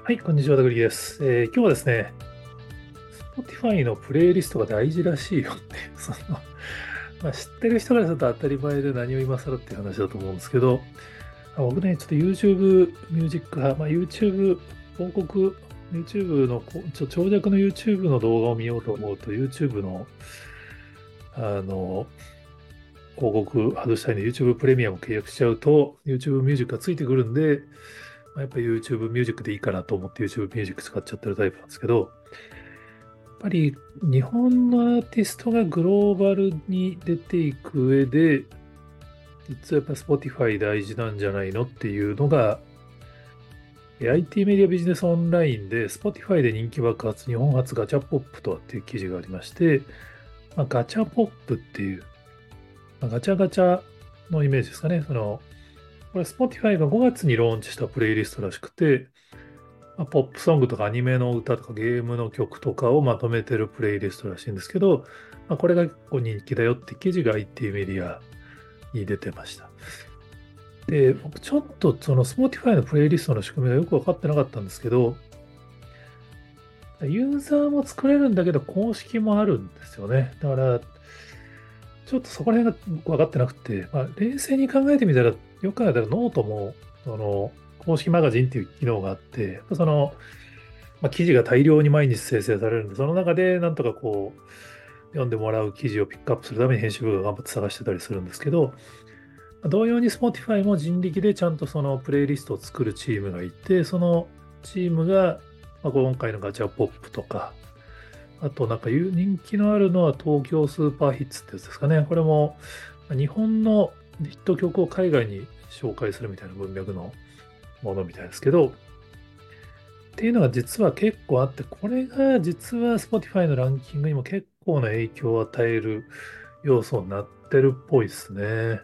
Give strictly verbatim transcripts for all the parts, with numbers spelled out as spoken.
はい、こんにちは、ダグリーです。えー今日はですね、Spotify のプレイリストが大事らしいよっていう、その、まあ、知ってる人からすると当たり前で何を今更っていう話だと思うんですけど、あ僕ね、ちょっと YouTube ミュージック派、まあ、YouTube 広告、YouTube のこちょ長尺の YouTube の動画を見ようと思うと、YouTube の、あの、広告外したいの YouTube プレミアム契約しちゃうと、YouTube ミュージックがついてくるんで、まあ、やっぱ YouTube ミュージックでいいかなと思って YouTube ミュージック使っちゃってるタイプなんですけど、やっぱり日本のアーティストがグローバルに出ていく上で、実はやっぱ Spotify 大事なんじゃないのっていうのが、え アイティー メディアビジネスオンラインで Spotify で人気爆発、日本初ガチャポップとはっていう記事がありまして、まあ、ガチャポップっていう、まあ、ガチャガチャのイメージですかね。その、これ Spotify がごがつにローンチしたプレイリストらしくて、まあ、ポップソングとかアニメの歌とかゲームの曲とかをまとめてるプレイリストらしいんですけど、まあ、これが結構人気だよって記事が アイティー メディアに出てました。で、僕ちょっとその Spotify のプレイリストの仕組みがよく分かってなかったんですけど、ユーザーも作れるんだけど公式もあるんですよね。だから、ちょっとそこら辺が分かってなくて、まあ、冷静に考えてみたら、よく考えたらノートも、その、公式マガジンっていう機能があって、やっぱその、まあ、記事が大量に毎日生成されるんで、その中でなんとかこう、読んでもらう記事をピックアップするために編集部が頑張って探してたりするんですけど、同様に Spotify も人力でちゃんとそのプレイリストを作るチームがいて、そのチームが、まあ、今回のガチャポップとか、あとなんか人気のあるのは東京スーパーヒッツってやつですかね。これも日本のヒット曲を海外に紹介するみたいな文脈のものみたいですけど、っていうのが実は結構あって、これが実は Spotify のランキングにも結構な影響を与える要素になってるっぽいですね。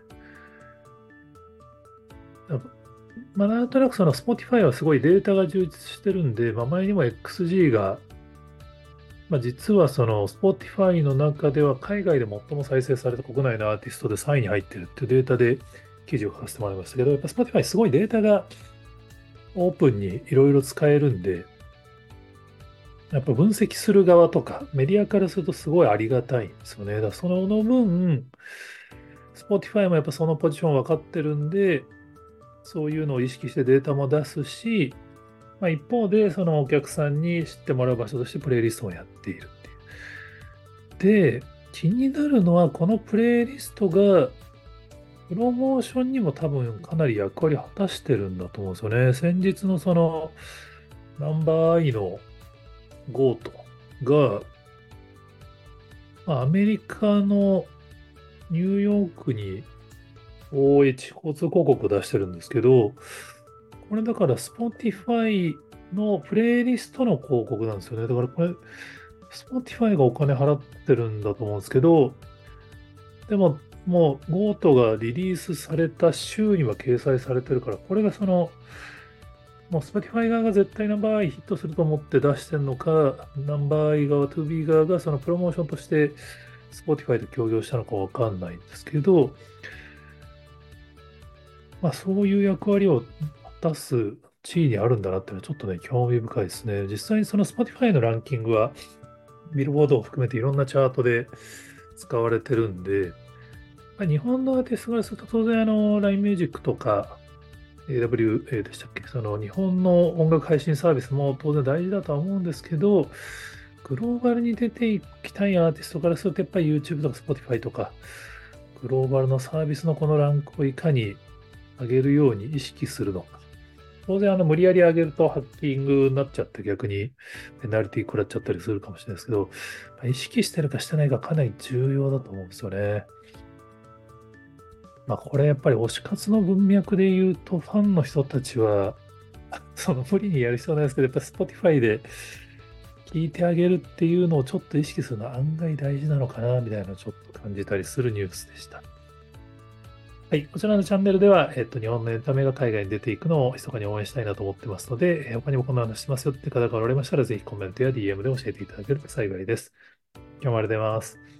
やっぱまあ、なんとなくその Spotify はすごいデータが充実してるんで、まあ、前にも エックスジー が、まあ、実はその Spotify の中では海外で最も再生された国内のアーティストでさんいに入ってるっていうデータで記事を書かせてもらいましたけど、やっぱ Spotify すごいデータがオープンにいろいろ使えるんで、やっぱ分析する側とかメディアからするとすごいありがたいんですよね。だからその分、Spotify もやっぱそのポジション分かってるんで、そういうのを意識してデータも出すし、まあ、一方でそのお客さんに知ってもらう場所としてプレイリストをやっているっていう。で、気になるのはこのプレイリストがプロモーションにも多分かなり役割を果たしてるんだと思うんですよね。先日のそのナンバーアイの ゴー トが、まあアメリカのニューヨークに オーエイチ 交通広告を出してるんですけど、これだから Spotify のプレイリストの広告なんですよね。だからこれ Spotify がお金払ってるんだと思うんですけど、でももう ゴー トがリリースされた週には掲載されてるから、これがその、もう Spotify 側が絶対ナンバーアイヒットすると思って出してるのか、ナンバーアイ側、トゥービー 側がそのプロモーションとして Spotify と協業したのかわかんないんですけど、まあそういう役割を果たす地位にあるんだなっていうのはちょっとね、興味深いですね。実際にその Spotify のランキングは、ビルボードを含めていろんなチャートで使われてるんで、まあ日本のアーティストからすると当然あの ライン ミュージックとか エーダブリューエー でしたっけ、その日本の音楽配信サービスも当然大事だとは思うんですけど、グローバルに出ていきたいアーティストからするとやっぱり YouTube とか Spotify とかグローバルのサービスのこのランクをいかに上げるように意識するのか。当然、あの、無理やり上げるとハッキングになっちゃって逆にペナルティ食らっちゃったりするかもしれないですけど、まあ意識してるかしてないかかなり重要だと思うんですよね。まあ、これやっぱり推し活の文脈で言うと、ファンの人たちは、その無理にやる必要ないですけど、やっぱ Spotify で聞いてあげるっていうのをちょっと意識するのは案外大事なのかな、みたいなのをちょっと感じたりするニュースでした。はい、こちらのチャンネルでは、えっと、日本のエンタメが海外に出ていくのを密かに応援したいなと思ってますので、えー他にもこんな話してますよって方がおられましたら、ぜひコメントや ディーエム で教えていただけると幸いです。今日もありがとうございます。